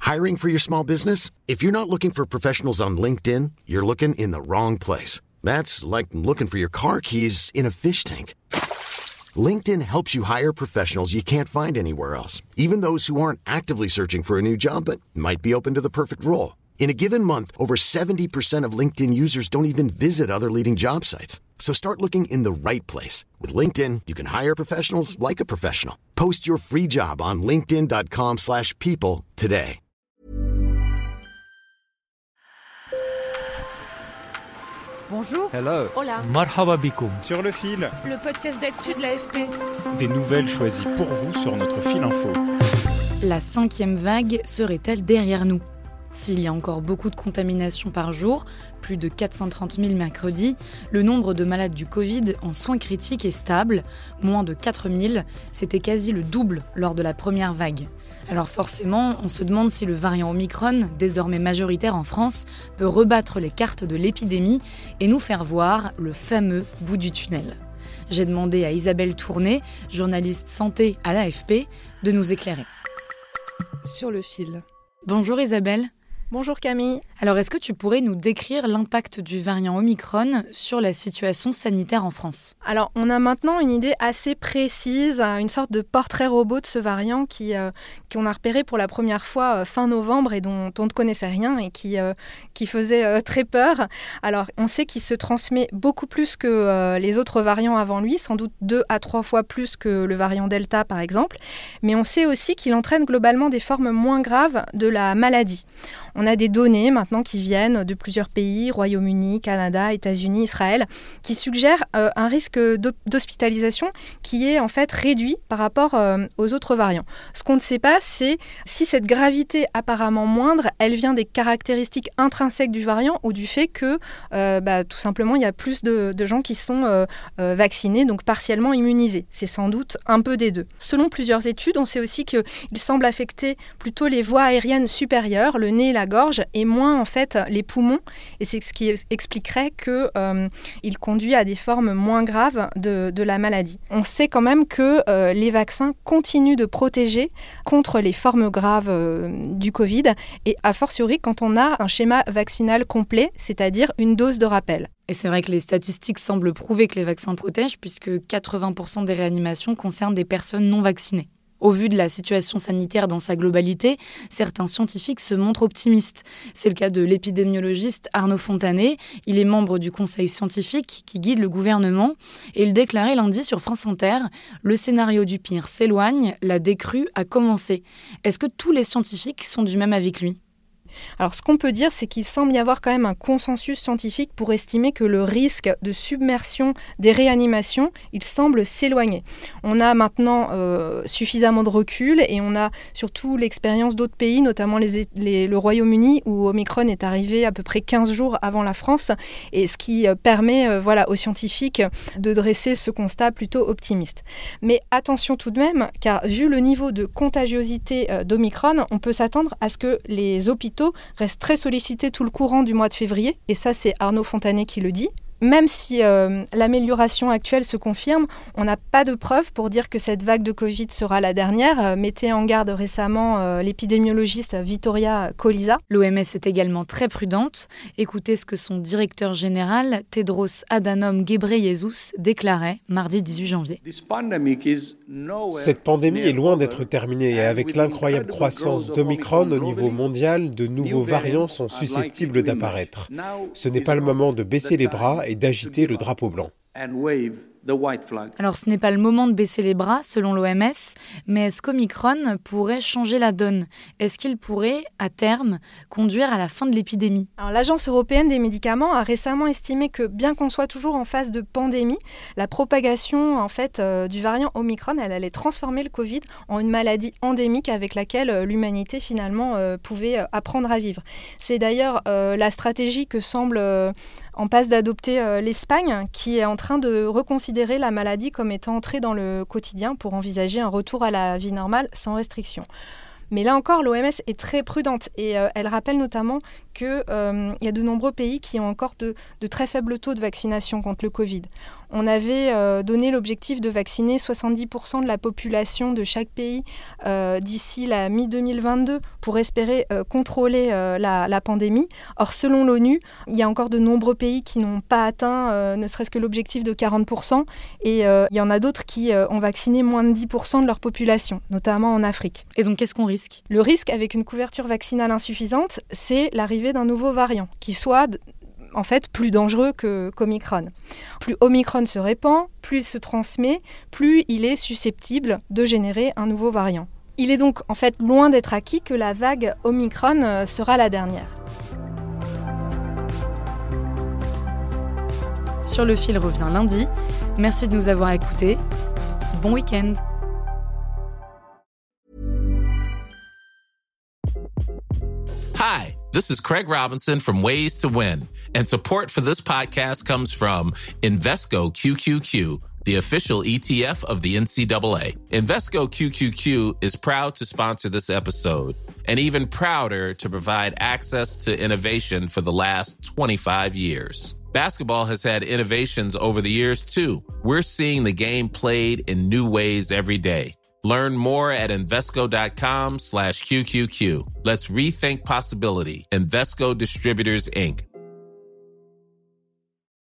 Hiring for your small business? If you're not looking for professionals on LinkedIn, you're looking in the wrong place. That's like looking for your car keys in a fish tank. LinkedIn helps you hire professionals you can't find anywhere else, even those who aren't actively searching for a new job but might be open to the perfect role. In a given month, over 70% of LinkedIn users don't even visit other leading job sites. So start looking in the right place. With LinkedIn, you can hire professionals like a professional. Post your free job on linkedin.com/people today. Bonjour. Hello. Hola. Marhaba bikoum. Sur le fil. Le podcast d'actu de l'AFP. Des nouvelles choisies pour vous sur notre fil info. La 5e vague serait-elle derrière nous ? S'il y a encore beaucoup de contaminations par jour, plus de 430 000 mercredi, le nombre de malades du Covid en soins critiques est stable, moins de 4 000, c'était quasi le double lors de la première vague. Alors forcément, on se demande si le variant Omicron, désormais majoritaire en France, peut rebattre les cartes de l'épidémie et nous faire voir le fameux bout du tunnel. J'ai demandé à Isabelle Tourné, journaliste santé à l'AFP, de nous éclairer. Sur le fil. Bonjour Isabelle. Bonjour Camille. Alors, est-ce que tu pourrais nous décrire l'impact du variant Omicron sur la situation sanitaire en France ? Alors, on a maintenant une idée assez précise, une sorte de portrait robot de ce variant qu'on a repéré pour la première fois fin novembre et dont on ne connaissait rien et qui faisait très peur. Alors, on sait qu'il se transmet beaucoup plus que les autres variants avant lui, sans doute 2 à 3 fois plus que le variant Delta par exemple, mais on sait aussi qu'il entraîne globalement des formes moins graves de la maladie. On a des données maintenant qui viennent de plusieurs pays, Royaume-Uni, Canada, États-Unis, Israël, qui suggèrent un risque d'hospitalisation qui est en fait réduit par rapport aux autres variants. Ce qu'on ne sait pas, c'est si cette gravité apparemment moindre, elle vient des caractéristiques intrinsèques du variant ou du fait que tout simplement il y a plus de gens qui sont vaccinés, donc partiellement immunisés. C'est sans doute un peu des deux. Selon plusieurs études, on sait aussi qu'il semble affecter plutôt les voies aériennes supérieures, le nez, la gorge, et moins en fait les poumons, et c'est ce qui expliquerait qu'il conduit à des formes moins graves de la maladie. On sait quand même que les vaccins continuent de protéger contre les formes graves du Covid, et a fortiori quand on a un schéma vaccinal complet, c'est-à-dire une dose de rappel. Et c'est vrai que les statistiques semblent prouver que les vaccins protègent, puisque 80% des réanimations concernent des personnes non vaccinées. Au vu de la situation sanitaire dans sa globalité, certains scientifiques se montrent optimistes. C'est le cas de l'épidémiologiste Arnaud Fontanet. Il est membre du conseil scientifique qui guide le gouvernement. Et il déclarait lundi sur France Inter « Le scénario du pire s'éloigne, la décrue a commencé ». Est-ce que tous les scientifiques sont du même avis que lui ? Alors, ce qu'on peut dire, c'est qu'il semble y avoir quand même un consensus scientifique pour estimer que le risque de submersion des réanimations, il semble s'éloigner. On a maintenant suffisamment de recul et on a surtout l'expérience d'autres pays, notamment le Royaume-Uni, où Omicron est arrivé à peu près 15 jours avant la France, et ce qui permet aux scientifiques de dresser ce constat plutôt optimiste. Mais attention tout de même, car vu le niveau de contagiosité d'Omicron, on peut s'attendre à ce que les hôpitaux reste très sollicité tout le courant du mois de février, et ça c'est Arnaud Fontanet qui le dit. Même si l'amélioration actuelle se confirme, on n'a pas de preuves pour dire que cette vague de Covid sera la dernière. Mettait en garde récemment l'épidémiologiste Vittoria Colisa. L'OMS est également très prudente. Écoutez ce que son directeur général, Tedros Adhanom Ghebreyesus, déclarait mardi 18 janvier. Cette pandémie est loin d'être terminée et avec l'incroyable croissance d'Omicron au niveau mondial, de nouveaux variants sont susceptibles d'apparaître. Ce n'est pas le moment de baisser les bras et d'agiter le drapeau blanc. Alors ce n'est pas le moment de baisser les bras selon l'OMS, mais est-ce qu'Omicron pourrait changer la donne ? Est-ce qu'il pourrait, à terme, conduire à la fin de l'épidémie ? Alors, l'Agence européenne des médicaments a récemment estimé que bien qu'on soit toujours en phase de pandémie, la propagation du variant Omicron, elle allait transformer le Covid en une maladie endémique avec laquelle l'humanité finalement pouvait apprendre à vivre. C'est d'ailleurs la stratégie que semble en passe d'adopter l'Espagne, qui est en train de reconsidérer la maladie comme étant entrée dans le quotidien pour envisager un retour à la vie normale sans restriction. Mais là encore, l'OMS est très prudente et elle rappelle notamment qu'il y a de nombreux pays qui ont encore de très faibles taux de vaccination contre le Covid. On avait donné l'objectif de vacciner 70% de la population de chaque pays d'ici la mi-2022 pour espérer contrôler la pandémie. Or, selon l'ONU, il y a encore de nombreux pays qui n'ont pas atteint ne serait-ce que l'objectif de 40% et il y en a d'autres qui ont vacciné moins de 10% de leur population, notamment en Afrique. Et donc, qu'est-ce qu'on risque ? Le risque avec une couverture vaccinale insuffisante, c'est l'arrivée d'un nouveau variant qui soit en fait plus dangereux qu'Omicron. Plus Omicron se répand, plus il se transmet, plus il est susceptible de générer un nouveau variant. Il est donc en fait loin d'être acquis que la vague Omicron sera la dernière. Sur le fil revient lundi. Merci de nous avoir écoutés. Bon week-end. Hi, this is Craig Robinson from Ways to Win, and support for this podcast comes from Invesco QQQ, the official ETF of the NCAA. Invesco QQQ is proud to sponsor this episode, and even prouder to provide access to innovation for the last 25 years. Basketball has had innovations over the years, too. We're seeing the game played in new ways every day. Learn more at Invesco.com/QQQ. Let's rethink possibility. Invesco Distributors, Inc.